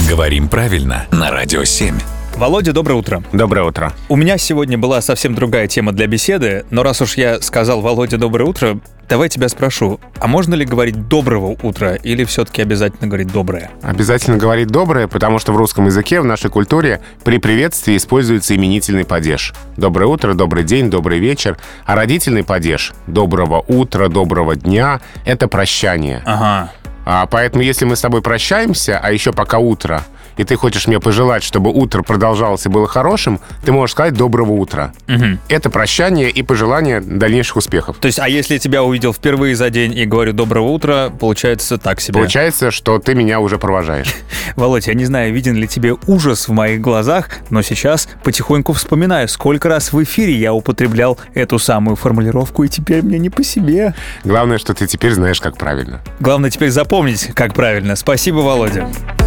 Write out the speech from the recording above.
Говорим правильно на Радио 7. Володя, доброе утро. Доброе утро. У меня сегодня была совсем другая тема для беседы, но раз уж я сказал Володя, доброе утро, давай тебя спрошу, а можно ли говорить доброго утра или все-таки обязательно говорить доброе? Обязательно говорить доброе, потому что в русском языке, в нашей культуре при приветствии используется именительный падеж. Доброе утро, добрый день, добрый вечер. А родительный падеж доброго утра, доброго дня — это прощание. Ага. Поэтому если мы с тобой прощаемся, а еще пока утро, и ты хочешь мне пожелать, чтобы утро продолжалось и было хорошим, ты можешь сказать «доброго утра». Угу. Это прощание и пожелание дальнейших успехов. То есть, а если я тебя увидел впервые за день и говорю «доброго утра», получается так себе? Получается, что ты меня уже провожаешь. Володь, я не знаю, виден ли тебе ужас в моих глазах, но сейчас потихоньку вспоминаю, сколько раз в эфире я употреблял эту самую формулировку, и теперь мне не по себе. Главное, что ты теперь знаешь, как правильно. Главное теперь запомнить, как правильно. Спасибо, Володя.